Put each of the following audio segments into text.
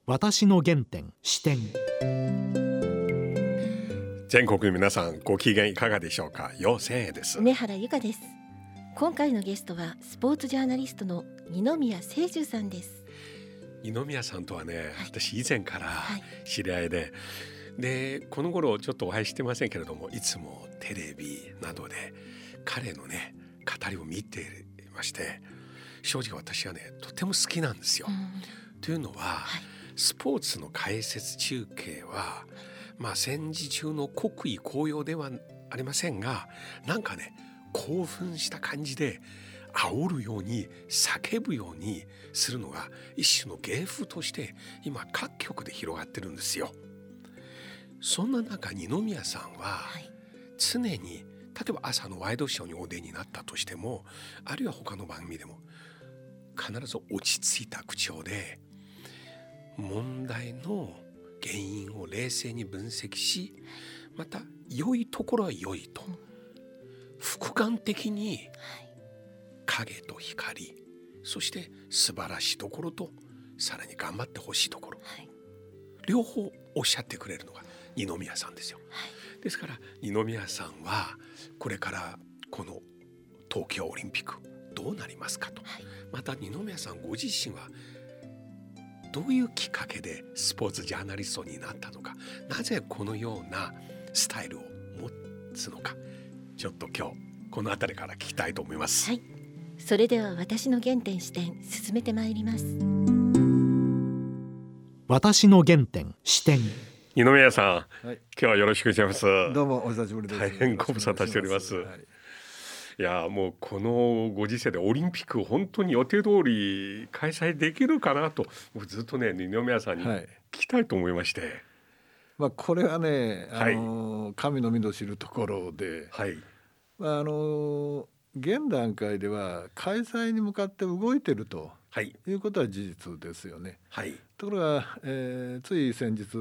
私の原点視点。 全国の皆さん、ご機嫌いかがでしょうか。陽性です。 梅原由香です。今回のゲストはスポーツジャーナリストの二宮清舟さんです。 二宮さんとはね、私以前からはい知り合いで、でこの頃ちょっとお会いしてませんけれども、いつもテレビなどで彼のね語りを見ていまして、正直私はねとても好きなんですよ。というのは、スポーツの解説中継は、戦時中の国威高揚ではありませんが、なんかね興奮した感じで煽るように叫ぶようにするのが一種の芸風として今各局で広がってるんですよ。そんな中、二宮さんは常に、例えば朝のワイドショーにお出になったとしても、あるいは他の番組でも必ず落ち着いた口調で問題の原因を冷静に分析し、また良いところは良いと、俯瞰的に影と光、そして素晴らしいところとさらに頑張ってほしいところ、両方おっしゃってくれるのが二宮さんですよ。ですから二宮さんはこれからこの東京オリンピックどうなりますかと、また二宮さんご自身はどういうきっかけでスポーツジャーナリストになったのか、なぜこのようなスタイルを持つのか、ちょっと今日このあたりから聞きたいと思います。 それでは私の原点視点進めてまいります。 私の原点視点。 二宮さん、今日はよろしくお願いします。 どうもお久しぶりです。 大変ご無沙汰しております。いや、もうこのご時世でオリンピック本当に予定通り開催できるかなと、僕ずっとね二宮さんに聞きたいと思いまして、 これはね、神のみぞ知るところで、現段階では開催に向かって動いているということは事実ですよね。ところが、つい先日、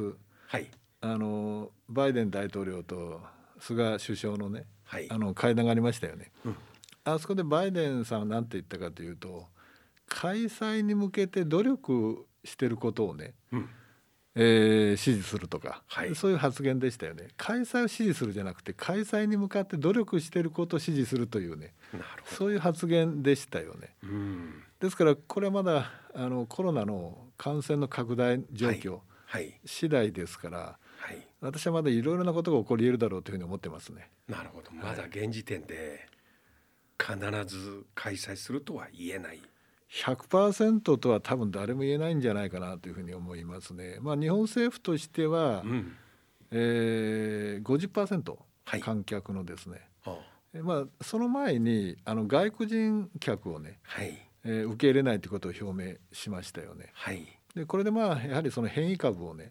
バイデン大統領と菅首相のね、会談がありましたよね。あそこでバイデンさんは何て言ったかというと、開催に向けて努力していることをね、支持するとか、そういう発言でしたよね。開催を支持するじゃなくて、開催に向かって努力していることを支持するというね、そういう発言でしたよね。ですからこれはまだコロナの感染の拡大状況次第ですから、私はまだいろいろなことが起こり得るだろうというふうに思ってますね。 なるほど。まだ現時点で必ず開催するとは言えない、 100% とは多分誰も言えないんじゃないかなというふうに思いますね。日本政府としては、50% 観客のですね、その前に外国人客をね、受け入れないということを表明しましたよね。でこれでやはりその変異株をね、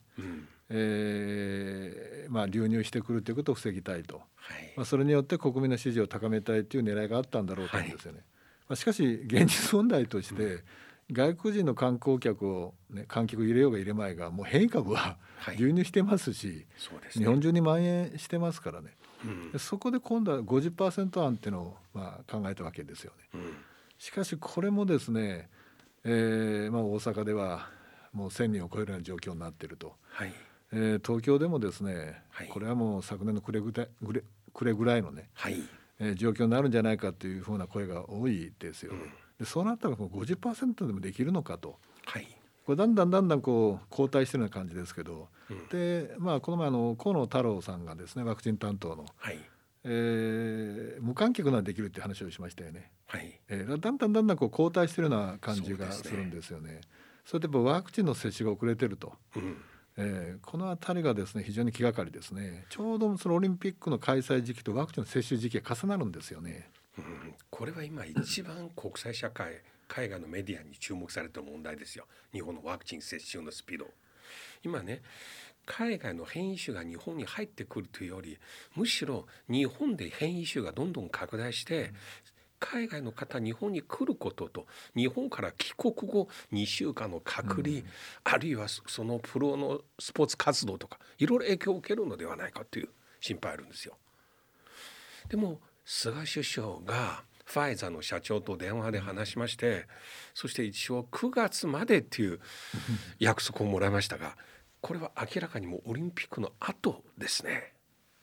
流入してくるということを防ぎたいと、それによって国民の支持を高めたいという狙いがあったんだろうと思うんですよね。しかし現実問題として、外国人の観光客を、観客入れようが入れまいが、もう変異株は流入してますし、日本中に蔓延してますからね。そこで今度は 50% 案っていうのを考えたわけですよね。しかしこれもですね、大阪ではもう1000人を超えるような状況になっていると、東京でもですね、これはもう昨年の暮れぐらいのね、状況になるんじゃないかというふうな声が多いですよね。でそうなったらもう 50% でもできるのかと、これだんだん後退してるような感じですけど、でこの前河野太郎さんがですね、ワクチン担当の、無観客ならできるって話をしましたよね。だんだん後退してるような感じがするんですよね。それでワクチンの接種が遅れてると、このあたりがですね非常に気がかりですね。ちょうどそのオリンピックの開催時期とワクチンの接種時期が重なるんですよね。 これは今一番国際社会、海外のメディアに注目されている問題ですよ。日本のワクチン接種のスピード、今ね、海外の変異種が日本に入ってくるというより、むしろ日本で変異種がどんどん拡大して、海外の方日本に来ることと、日本から帰国後2週間の隔離、あるいはそのプロのスポーツ活動とかいろいろ影響を受けるのではないかという心配あるんですよ。でも菅首相がファイザーの社長と電話で話しまして、そして一応9月までっていう約束をもらいましたが、これは明らかにもオリンピックの後ですね。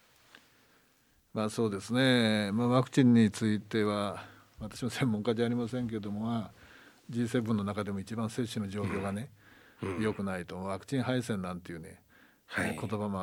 そうですね、ワクチンについては私も専門家じゃありませんけれども、G7 の中でも一番接種の状況がね、良くないと、ワクチン配線なんていうね、言葉もあって、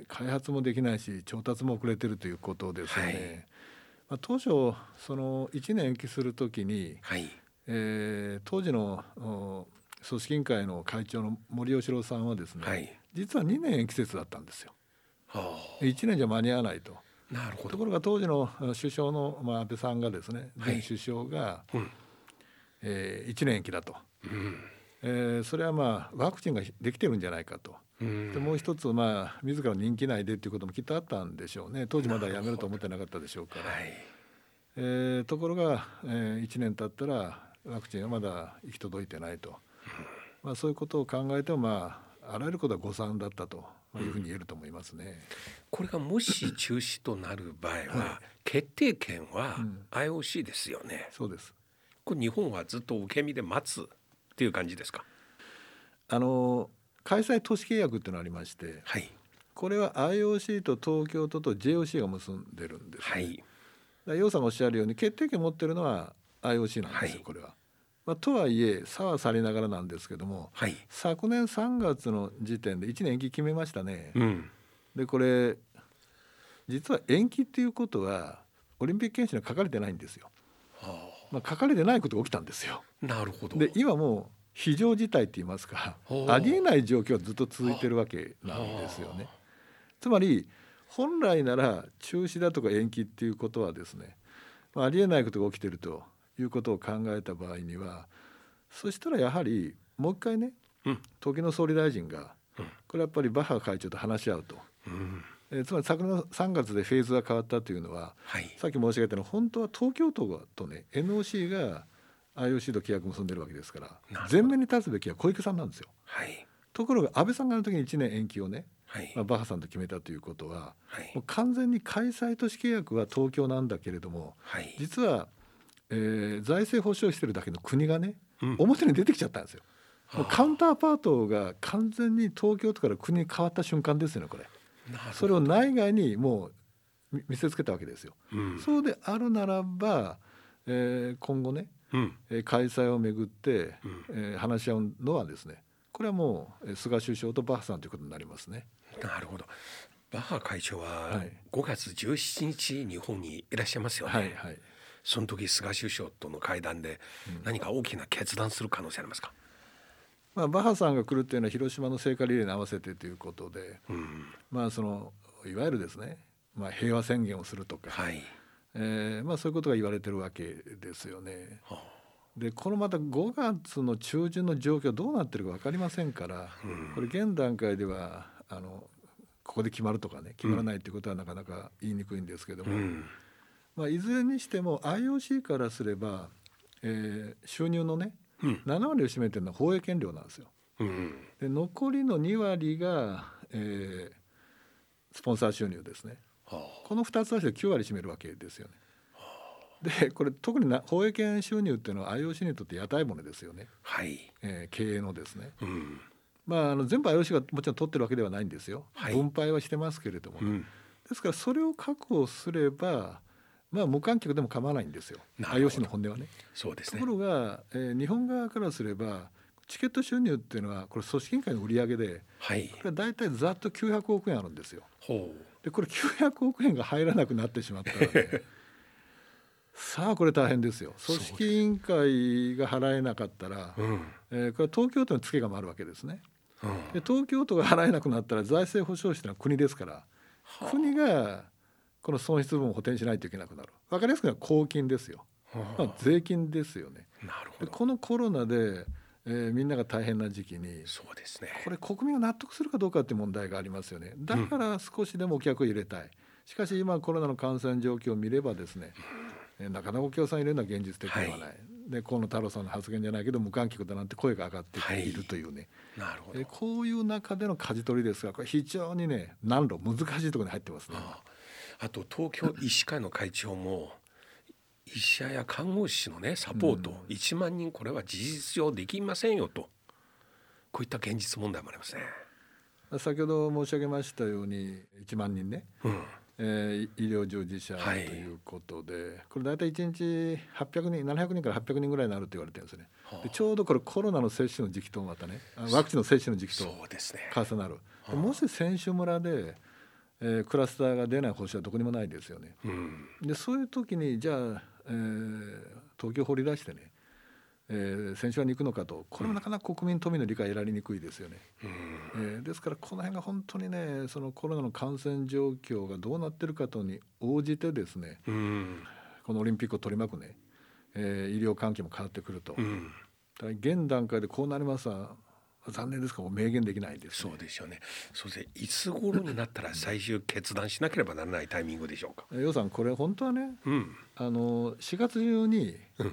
開発もできないし調達も遅れてるということですよね。当初その1年延期するときに、当時の組織委員会の会長の森喜朗さんはですね、実は2年延期説だったんですよ。1年じゃ間に合わないと。 なるほど。 ところが当時の首相の安倍さんがですね、前首相が、1年延期だと、それはワクチンができてるんじゃないかと。でもう一つ自ら人気内でということもきっとあったんでしょうね。当時まだやめると思ってなかったでしょうから、ところが、1年経ったらワクチンはまだ行き届いてないと、そういうことを考えてもあらゆることは誤算だったというふうに言えると思いますね。 これがもし中止となる場合は、決定権は IOC ですよね。 そうです。 これ日本はずっと受け身で待つっていう感じですか。 開催都市契約っていうのがありまして、これは IOC と東京都と JOC が結んでるんです、楊さんがおっしゃるように決定権を持ってるのは IOC なんですよ、これは。とはいえ差はさりながらなんですけども、昨年3月の時点で1年延期決めましたね。でこれ実は延期っていうことはオリンピック憲章には書かれてないんですよ。書かれてないことが起きたんですよ。 なるほど。 で今もう非常事態って言いますか、ありえない状況はずっと続いてるわけなんですよね。つまり本来なら中止だとか延期っていうことはですね、ありえないことが起きているということを考えた場合には、そしたらやはりもう一回ね、時の総理大臣がこれやっぱりバッハ会長と話し合うと、つまり昨年の3月でフェーズが変わったというのは、さっき申し上げたのは本当は東京都とね NOC がIOC と契約結んでるわけですから、前面に立つべきは小池さんなんですよ。ところが安倍さんがの時に1年延期をね、バッハさんと決めたということは、もう完全に開催都市契約は東京なんだけれども、実は、財政保障してるだけの国がね、表に出てきちゃったんですよ。もうカウンターパートが完全に東京都から国に変わった瞬間ですよね、これ。それを内外にもう見せつけたわけですよ。そうであるならば、今後ね、開催をめぐって、話し合うのはですね、これはもう菅首相とバッハさんということになりますね。 なるほど。バッハ会長は5月17日日本にいらっしゃいますよね。その時菅首相との会談で何か大きな決断する可能性ありますか。 バッハさんが来るというのは広島の聖火リレーに合わせてということで、そのいわゆるですね、平和宣言をするとか、そういうことが言われてるわけですよね。でこのまた5月の中旬の状況どうなってるか分かりませんから、これ現段階ではここで決まるとかね、決まらないということはなかなか言いにくいんですけども、いずれにしても IOC からすれば、収入のね、7割を占めてるのは放映権料なんですよ。で残りの2割が、スポンサー収入ですね。この2つ出して9割占めるわけですよね。でこれ特に放映権収入っていうのは IOC にとって屋台骨ですよね。経営のですね。全部 IOC がもちろん取ってるわけではないんですよ。分配はしてますけれども、ですからそれを確保すれば、無観客でも構わないんですよ、 IOC の本音はね。 そうですね。 ところが、日本側からすればチケット収入っていうのはこれ組織委員会の売り上げで、これはだいたいざっと900億円あるんですよ。でこれ900億円が入らなくなってしまったらねさあこれ大変ですよ。組織委員会が払えなかったら、これは東京都にツケが回るわけですね。で東京都が払えなくなったら財政保障費というのは国ですから、国がこの損失分を補填しないといけなくなる。分かりやすく言うのは公金ですよ、税金ですよね。でこのコロナで、みんなが大変な時期に、 そうですね、 これ国民が納得するかどうかっていう問題がありますよね。だから少しでもお客を入れたい。しかし今コロナの感染状況を見ればですね、なかなかお客さん入れるのは現実的ではない、で河野太郎さんの発言じゃないけど無観客だなんて声が上がっているというね、こういう中での舵取りですが、これ非常にね難しいところに入ってますね。 あと東京医師会の会長も医者や看護師のねサポート、1万人これは事実上できませんよと、こういった現実問題もありますね。 先ほど申し上げましたように1万人ね、医療従事者ということで、これ大体1日800人700人から800人ぐらいになると言われてるんですね。でちょうどこれコロナの接種の時期とまたね、ワクチンの接種の時期と重なる。でもし選手村で、クラスターが出ない保証はどこにもないですよね。でそういう時にじゃあ、東京を掘り出してね、選手はに行くのかと、これもなかなか国民都民の理解得られにくいですよね。ですからこの辺が本当にね、そのコロナの感染状況がどうなっているかとに応じてですね、このオリンピックを取り巻くね、医療関係も変わってくると。現段階でこうなりますは残念ですが明言できないです、ね。 そうですよね。そしていつ頃になったら最終決断しなければならないタイミングでしょうか。 楊さん、これ本当はね、4月中に、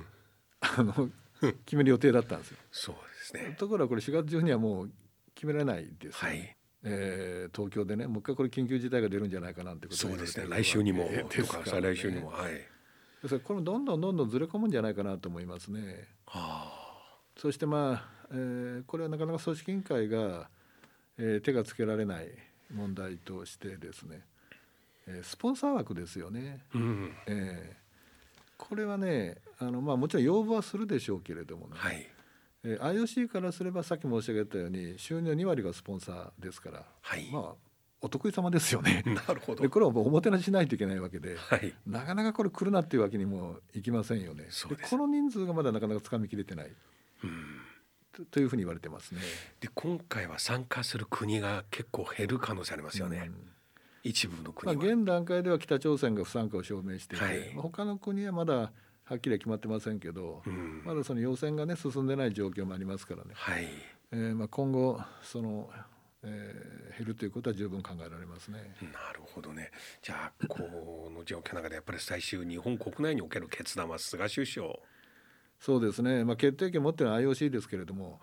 決める予定だったんですよ。 そうですね。 ところがこれ4月中にはもう決められないですよね。東京でね、もう一回これ緊急事態が出るんじゃないかなんてことそうですね。来週にもとか再来週にも、 ですからこれどんどんずれ込むんじゃないかなと思いますね。そしてこれはなかなか組織委員会が、手がつけられない問題としてですね、スポンサー枠ですよね。これはね、もちろん要望はするでしょうけれどもね、IOC からすればさっき申し上げたように収入2割がスポンサーですから、お得意様ですよね。 なるほど。 でこれはもうおもてなししないといけないわけで、なかなかこれ来るなっていうわけにもいきませんよね。でこの人数がまだなかなかつかみきれてない、というふうに言われてますね。 で今回は参加する国が結構減る可能性ありますよね。一部の国は、 現段階では北朝鮮が不参加を表明していて、他の国はまだはっきりは決まってませんけど、まだその要請がね進んでない状況もありますからね、今後その、減るということは十分考えられますね。 なるほどね。じゃあこの状況の中でやっぱり最終日本国内における決断は菅首相。 そうですね、決定権を持っているのは IOC ですけれども、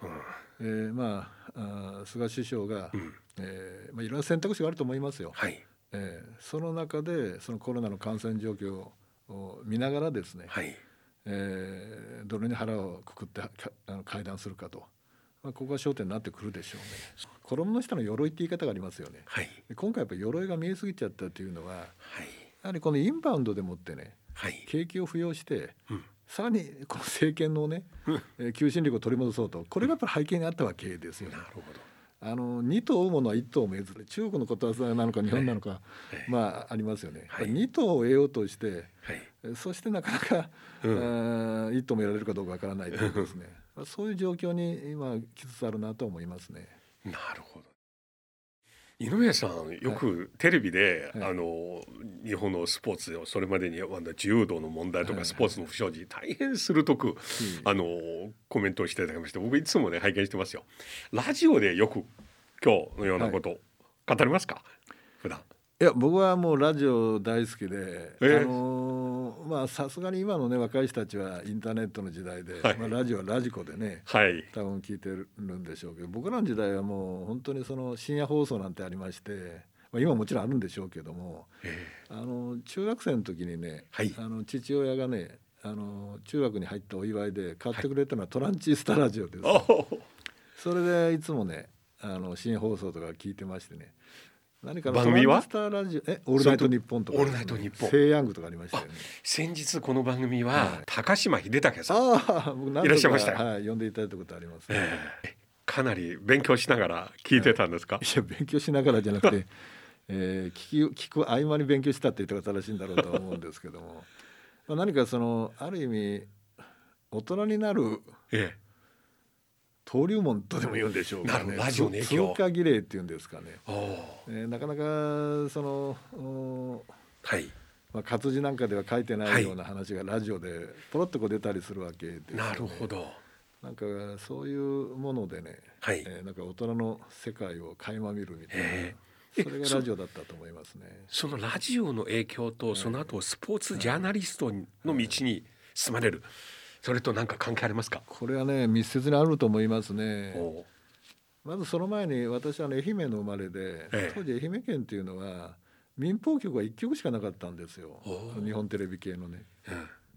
菅首相が、いろんな選択肢があると思いますよ。その中でそのコロナの感染状況を見ながらですね、どれに腹をくくって会談するかと、ここが焦点になってくるでしょうね。衣の下の鎧って言い方がありますよね。今回やっぱり鎧が見えすぎちゃったというのは、やはりこのインバウンドでもってね、景気を浮揚して、さらにこの政権のね、求心力を取り戻そうと、これがやっぱり背景にあったわけですよね。 なるほど。 二頭追うものは一頭も得ず、中国のことわざなのか日本なのか、ありますよね。二頭を得ようとして、そしてなかなか、一頭も得られるかどうかわからないというですねそういう状況に今来つつあるなと思いますね。 なるほど。井上さんよくテレビで、日本のスポーツをそれまでに柔道の問題とかスポーツの不祥事、大変鋭く、コメントをしていただきまして、僕いつもね拝見してますよ。ラジオでよく今日のようなことを語りますか、普段。 いや僕はもうラジオ大好きで、さすがに今のね若い人たちはインターネットの時代で、ラジオはラジコでね、多分聞いてるんでしょうけど、僕らの時代はもう本当にその深夜放送なんてありまして、今もちろんあるんでしょうけども、中学生の時にね、父親がね中学に入ったお祝いで買ってくれたのはトランチスタラジオです。それでいつもね深夜放送とか聞いてましてね、何か番組はトランチスタラジオオールナイトニッポンとか、 オールナイトニッポン、 セイヤングとかありましたよね。 先日この番組は、高島秀武さんいらっしゃいましたよ。 呼んでいただいたことあります、 かなり勉強しながら聞いてたんですか。 いや勉強しながらじゃなくて、聞く合間に勉強したって言ったら正しいんだろうと思うんですけども何かそのある意味大人になる、登竜門とでも言うんでしょうかね。 ラジオの影響、 通過儀礼っていうんですかね。なかなかその、活字なんかでは書いてないような話がラジオでポロッとこう出たりするわけです、ね。 なるほど。 なんかそういうものでね、なんか大人の世界を垣間見るみたいな、それがラジオだったと思いますね。 そのラジオの影響と、その後スポーツジャーナリストの道に進まれる、それと何か関係ありますか。 これはね密接にあると思いますね。まずその前に私は愛媛の生まれで、当時愛媛県っていうのは民放局は1局しかなかったんですよ、日本テレビ系のね。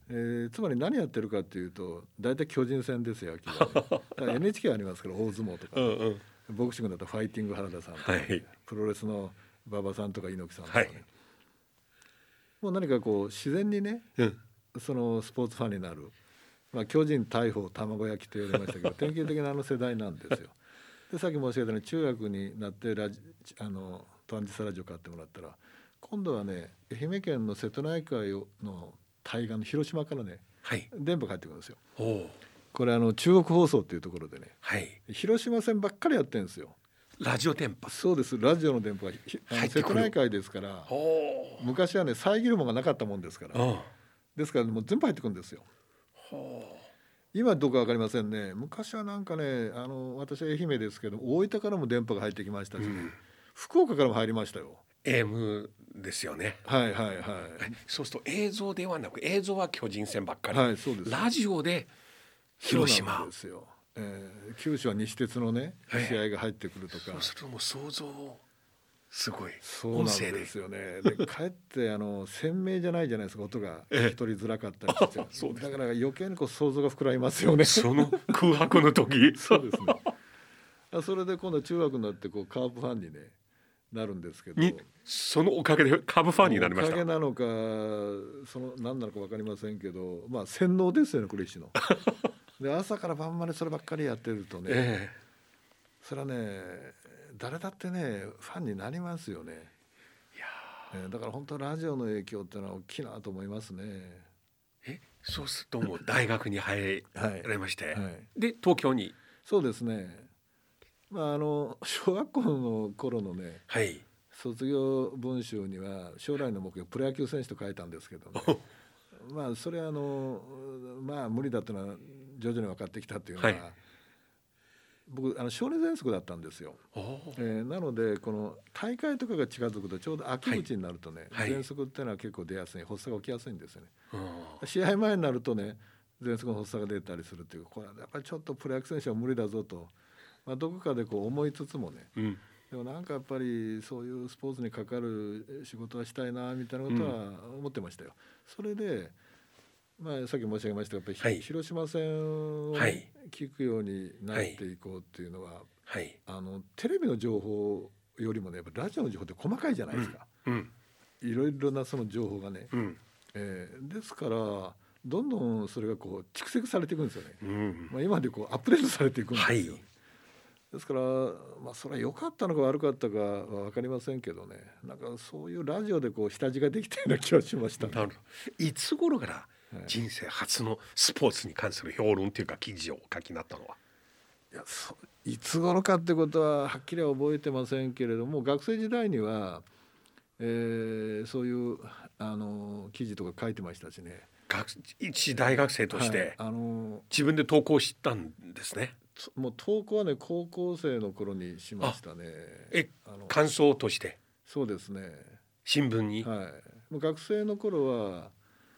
つまり何やってるかっていうと大体巨人戦ですよ、野球はね。だから NHK ありますから大相撲とか、ボクシングだとファイティング原田さんとか、プロレスの馬場さんとか猪木さんとかね、もう何かこう自然にね、そのスポーツファンになる、巨人大砲卵焼きと言われましたけど典型的な世代なんですよ。でさっき申し上げたように中学になってトランジスタラジオ買ってもらったら、今度はね愛媛県の瀬戸内海の対岸の広島からね、電波返ってくるんですよ。これ中国放送っていうところでね、広島戦ばっかりやってるんですよ。 ラジオ電波。 そうです、ラジオの電波が瀬戸内海ですから、昔はね遮るものがなかったもんですから、ですからもう全部入ってくるんですよ。今はどうか分かりませんね。昔はなんかね私は愛媛ですけど大分からも電波が入ってきましたし、福岡からも入りましたよ。 AM ですよね。そうすると映像ではなく、映像は巨人戦ばっかり、 そうです。 ラジオで広島ですよ。九州は西鉄のね試合が入ってくるとか、 そうするともう想像すごい。 そうなんですよね。でかえって鮮明じゃないじゃないですか、音が聞き取りづらかったりしてだから余計に想像が膨らみますよね。 その空白の時そうですね。それで今度中学になってカープファンにねなるんですけど、 そのおかげでカープファンになりました。 おかげなのか何なのか分かりませんけど、洗脳ですよね、これ一種の。で朝から晩までそればっかりやってるとね、それはね誰だってねファンになりますよね。だから本当ラジオの影響っていうのは大きいなと思いますね。 そうするともう大学に入られまして、で東京に。 そうですね。小学校の頃のね、卒業文集には将来の目標プロ野球選手と書いたんですけどねそれは無理だというのは徐々に分かってきたというのは、僕少年喘息だったんですよ。なのでこの大会とかが近づくとちょうど秋口になるとね、喘息っていうのは結構出やすい、発作が起きやすいんですよね。試合前になるとね喘息の発作が出たりするっていう、これはやっぱりちょっとプロ野球選手は無理だぞと、どこかで思いつつもね、でもなんかやっぱりそういうスポーツにかかる仕事はしたいなみたいなことは思ってましたよ。それでさっき申し上げましたがやっぱり広島戦を聞くようになっていこうっていうのは、テレビの情報よりもねやっぱラジオの情報って細かいじゃないですか。いろいろなその情報がね、ですからどんどんそれが蓄積されていくんですよね。今でアップデートされていくんですよ。ですからそれは良かったのか悪かったかは分かりませんけどね、なんかそういうラジオで下地ができたような気がしましたね。 いつ頃から人生初のスポーツに関する評論というか記事をお書きになったのは。 いつ頃かってことははっきりは覚えてませんけれども、学生時代には、そういう記事とか書いてましたしね。 一大学生として、自分で投稿したんですね。 もう投稿はね高校生の頃にしましたね。 感想として。そうですね。 新聞に。 もう学生の頃は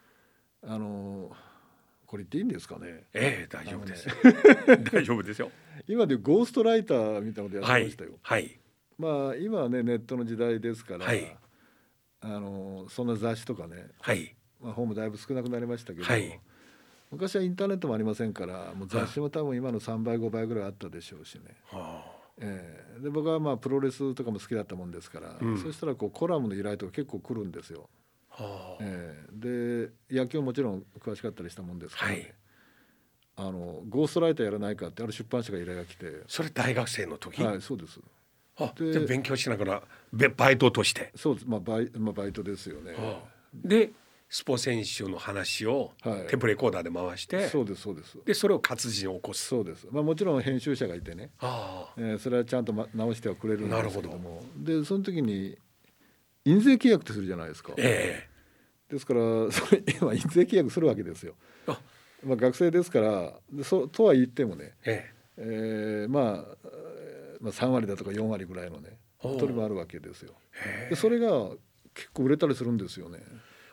これ言っていいんですかね。 大丈夫です。大丈夫ですよ。 今でゴーストライターみたいなことやってましたよ。今はねネットの時代ですから、そんな雑誌とかね、本もだいぶ少なくなりましたけど、昔はインターネットもありませんから、もう雑誌も多分今の3倍5倍ぐらいあったでしょうしね。で僕はプロレスとかも好きだったもんですから、そしたらコラムの依頼とか結構来るんですよ。で野球ももちろん詳しかったりしたもんですからね、ゴーストライターやらないかってある出版社が依頼が来て。 それ大学生の時。 そうです。 で勉強しながらバイトとして。 そうです。バイトですよね。 でスポ選手の話をテープレコーダーで回して、 そうですそうです。 でそれを活字に起こす。 そうです。もちろん編集者がいてね、それはちゃんと直してはくれるんですけども、でその時に印税契約ってするじゃないですか。ですから今印税契約するわけですよ。学生ですからとは言ってもね、3割だとか4割ぐらいのね取りもあるわけですよ。でそれが結構売れたりするんですよね。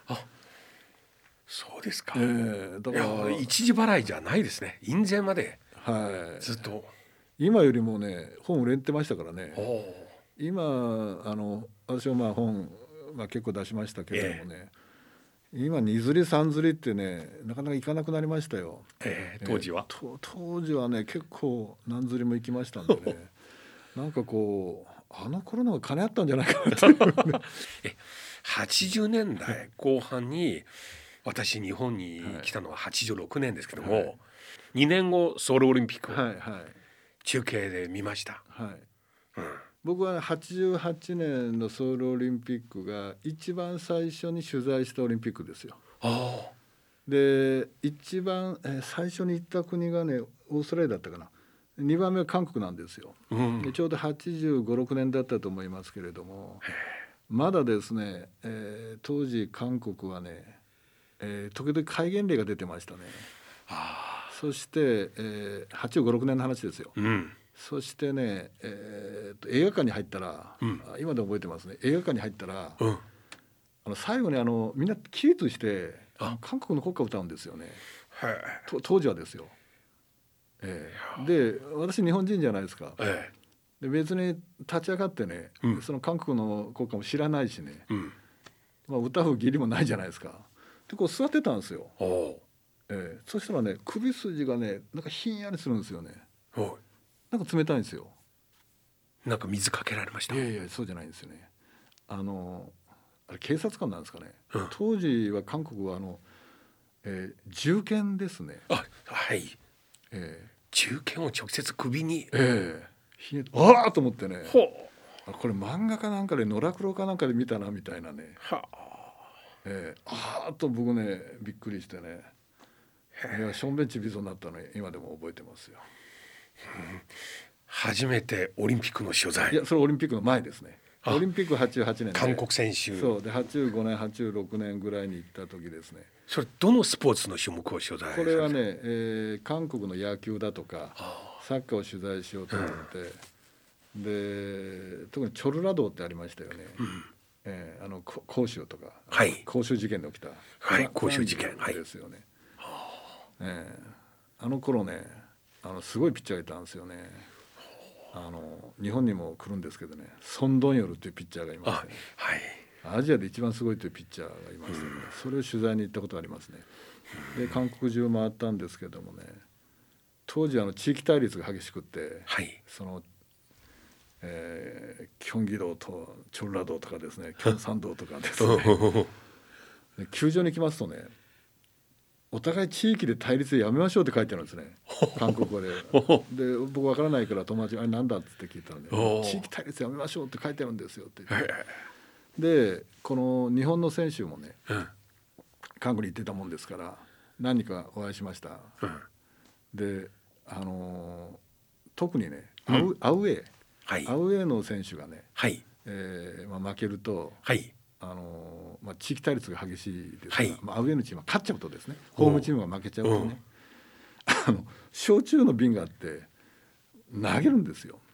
そうですか。だから一時払いじゃないですね。印税までずっと。 今よりもね本売れてましたからね。今私は本、結構出しましたけれどもね、 今2釣り3釣りってねなかなか行かなくなりましたよ。 当時は、 当時はね結構何釣りも行きましたんでねなんかこうあの頃の方が金あったんじゃないかなと 80年代後半に私日本に来たのは86年ですけども、はい、2年後ソウルオリンピックを中継で見ました、 はいはい僕は88年のソウルオリンピックが一番最初に取材したオリンピックですよ。で一番最初に行った国がねオーストラリアだったかな。2番目は韓国なんですよ、でちょうど85、6年だったと思いますけれども、まだですね、当時韓国はね、時々戒厳令が出てましたね。そして、85、6年の話ですよ、そしてね、映画館に入ったら、今でも覚えてますね。映画館に入ったら、最後にみんな起立して韓国の国歌を歌うんですよね。当時はですよ。で私日本人じゃないですか、で別に立ち上がってね、その韓国の国歌も知らないしね、歌う義理もないじゃないですか。でこう座ってたんですよ。そしたらね首筋がねなんかひんやりするんですよね。なんか冷たいんですよ。 なんか水かけられました？ いやいやそうじゃないんですよね。あれ警察官なんですかね、当時は韓国は銃剣ですね。 はい、銃剣を直接首に、 ああと思ってね、これ漫画かなんかで野良黒かなんかで見たなみたいなね、あーと僕ねびっくりしてね、しょんべんちびそうになったの今でも覚えてますよ。 初めてオリンピックの取材。 いやそれオリンピックの前ですね。オリンピック88年で韓国選手そうで85年86年ぐらいに行った時ですね。 それどのスポーツの種目を取材？ これはね、韓国の野球だとかサッカーを取材しようと思って、で特にチョルラ道ってありましたよね、光州とか、光州事件で起きた、 光州事件ですよね。あの頃ねすごいピッチャーがいたんですよね。日本にも来るんですけどね、ソン・ドンヨルというピッチャーがいますね。アジアで一番すごいというピッチャーがいますので、それを取材に行ったことがありますね。で韓国中回ったんですけどもね、当時地域対立が激しくって、そのキョンギ道とチョルラ道とかですね、キョンサン道とかですね球場に行きますとね、お互い地域で対立やめましょうって書いてあるんですね、韓国語で。で僕分からないから友達にあれなんだって聞いたらね、地域対立やめましょうって書いてあるんですよって言って、でこの日本の選手もね、韓国に行ってたもんですから何人かお会いしました、で特にねアウェーの選手がね、負けると、地域対立が激しいですから、アウェーのチームは勝っちゃうとですね、ホームチームが負けちゃうとね、焼酎の瓶があって投げるんですよ。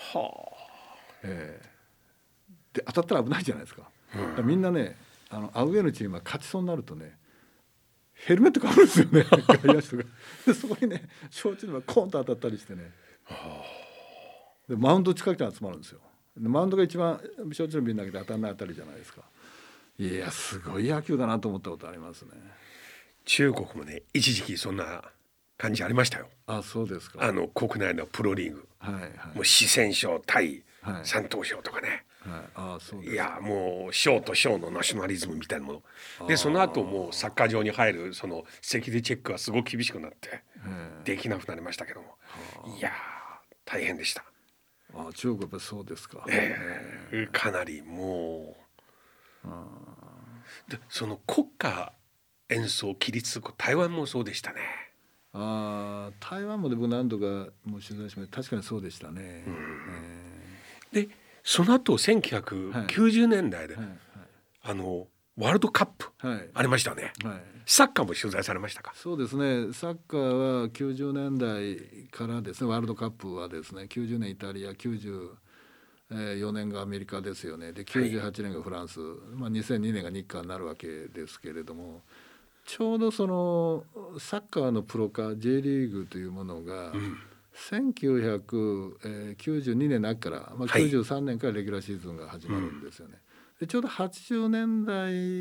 で当たったら危ないじゃないですか。みんなねアウェーのチームは勝ちそうになるとねヘルメットかぶるんですよね外野手が。でそこにね焼酎の瓶がコーンと当たったりしてね、でマウンド近くに集まるんですよ。でマウンドが一番焼酎の瓶投げて当たらないあたりじゃないですか。いやすごい野球だなと思ったことありますね。 中国もね一時期そんな感じありましたよ。 そうですか。 国内のプロリーグ、もう四川省対山東省とかね、 そうですか。 いやもう省と省のナショナリズムみたいなもので、その後もうサッカー場に入るそのセキュリティチェックがすごく厳しくなってできなくなりましたけども、いや大変でした。 中国やっぱそうですか。 かなりもうでその国歌演奏起立、台湾もそうでしたね。台湾もで僕何度かもう取材しました。確かにそうでしたね。 でその後1990年代で、ワールドカップありましたね、サッカーも取材されましたか？ そうですね、サッカーは90年代からですね、ワールドカップはですね90年イタリア、94年がアメリカですよね。で98年がフランス、2002年が日韓になるわけですけれども、ちょうどそのサッカーのプロ化 J リーグというものが、1992年の秋から、93年からレギュラーシーズンが始まるんですよね。でちょうど80年代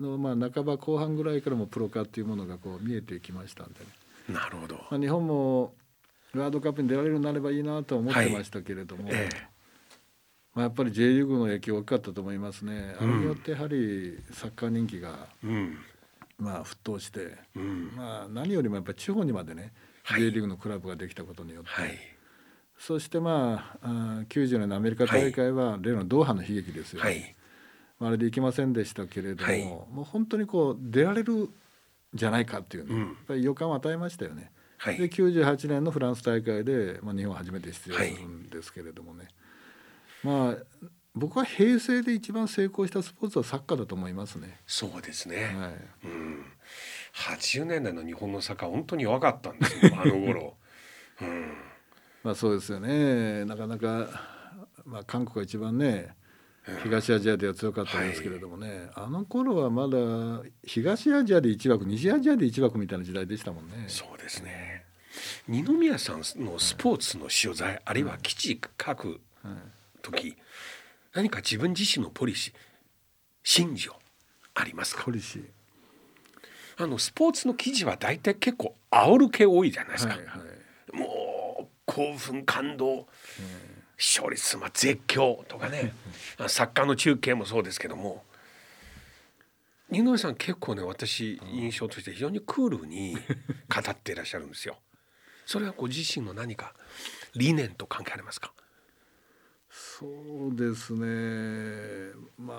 の半ば後半ぐらいからもプロ化っていうものがこう見えてきましたんでね。 なるほど。 日本もワールドカップに出られるようになればいいなと思ってましたけれども、やっぱり J リーグの影響大きかったと思いますね。あれによってやはりサッカー人気が、沸騰して、何よりもやっぱり地方にまでね、J リーグのクラブができたことによって、そして90年のアメリカ大会は例のドーハの悲劇ですよね。あれで行きませんでしたけれども、もう本当にこう出られるじゃないかっていうね、やっぱり予感を与えましたよね。で98年のフランス大会で、日本初めて出場するんですけれどもね、僕は平成で一番成功したスポーツはサッカーだと思いますね。 そうですね、80年代の日本のサッカー本当に弱かったんですよあの頃。 そうですよね。なかなか、韓国が一番ね東アジアでは強かったんですけれどもね、あの頃はまだ東アジアで1枠西アジアで1枠みたいな時代でしたもんね。 そうですね。二宮さんのスポーツの取材、あるいは記事書く時、何か自分自身のポリシー信条ありますか？ ポリシースポーツの記事は大体結構煽る系多いじゃないですか、もう興奮感動、視聴率、絶叫とかねサッカーの中継もそうですけども、二宮さん結構ね、私印象として非常にクールに語っていらっしゃるんですよ。それはご自身の何か理念と関係ありますか？ そうですね、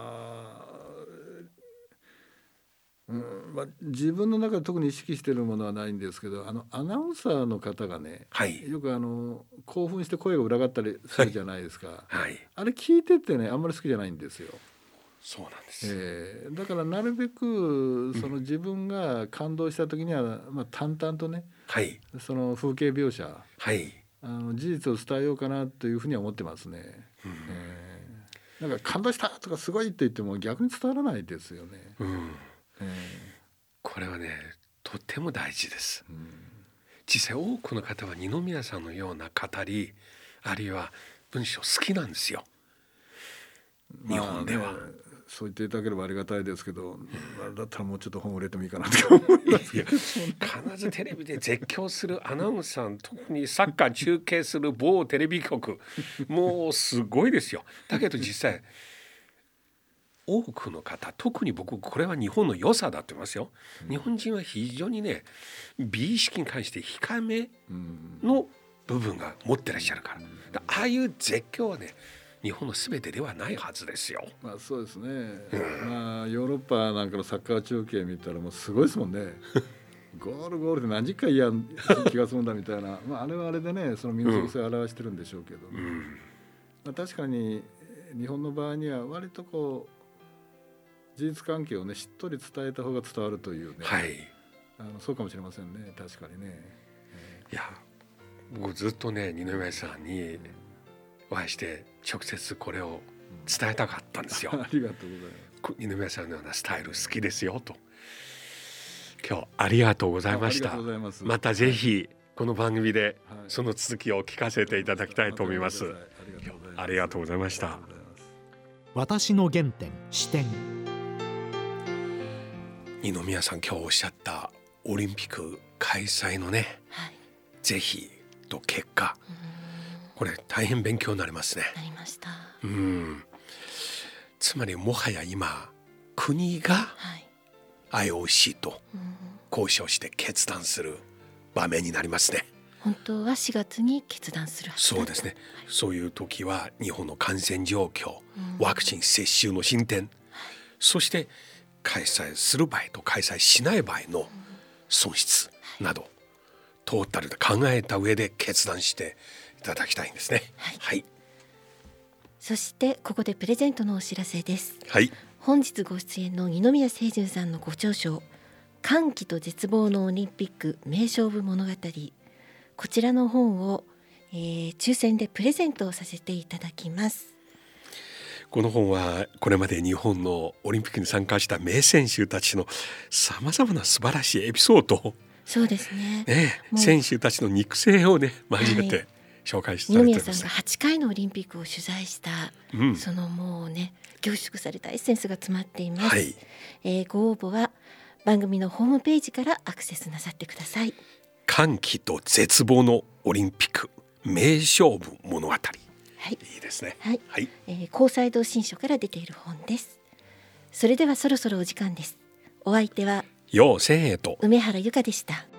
自分の中で特に意識しているものはないんですけど、アナウンサーの方がね、よく興奮して声が裏返ったりするじゃないですか、あれ聞いててね、あんまり好きじゃないんですよ。 そうなんです、 だからなるべくその自分が感動した時には、淡々とね、その風景描写、事実を伝えようかなというふうには思ってますね。なんか感動したとかすごいって言っても逆に伝わらないですよね。 これはね、とても大事です、実際多くの方は二宮さんのような語り、あるいは文章好きなんですよ、日本では。 そう言っていただければありがたいですけど、だったらもうちょっと本を売れてもいいかなと思いますけど必ずテレビで絶叫するアナウンサー、特にサッカー中継する某テレビ局もうすごいですよ。だけど実際多くの方、特に僕これは日本の良さだと思いますよ。日本人は非常にね、美意識に関して控えめの部分が持ってらっしゃるから、ああいう絶叫はね、日本の全てではないはずですよ。 そうですね、ヨーロッパなんかのサッカー中継見たらもうすごいですもんねゴールゴールで何十回気が済むんだみたいなあれはあれでね、その民族性を表してるんでしょうけど、確かに日本の場合には割とこう事実関係をねしっとり伝えた方が伝わるというね、そうかもしれませんね、確かにね。 いや、僕ずっとね、二宮さんにお会いして直接これを伝えたかったんですよ。 ありがとうございます。 二宮さんのようなスタイル好きですよと。今日ありがとうございました。またぜひこの番組でその続きを聞かせていただきたいと思います。ありがとうございました。 私の原点、視点。 二宮さん今日おっしゃったオリンピック開催のね、是非と結果、これ大変勉強になりますね。 なりました。 つまりもはや今国が IOC と交渉して決断する場面になりますね。 本当は4月に決断するはずだ。 そうですね、そういう時は日本の感染状況、ワクチン接種の進展、そして開催する場合と開催しない場合の損失など、トータルで考えた上で決断していただきたいんですね。 そしてここでプレゼントのお知らせです。本日ご出演の二宮清純さんのご著書、歓喜と絶望のオリンピック名勝負物語、こちらの本を、抽選でプレゼントをさせていただきます。 この本はこれまで日本のオリンピックに参加した名選手たちのさまざまな素晴らしいエピソードを、 そうですね、 選手たちの肉声をね交えて紹介されて二宮さんが8回のオリンピックを取材した、そのもうね凝縮されたエッセンスが詰まっています、ご応募は番組のホームページからアクセスなさってください。 歓喜と絶望のオリンピック名勝負物語、いいですね。 高裁堂新書から出ている本です。それではそろそろお時間です。お相手は陽千恵と梅原由香でした。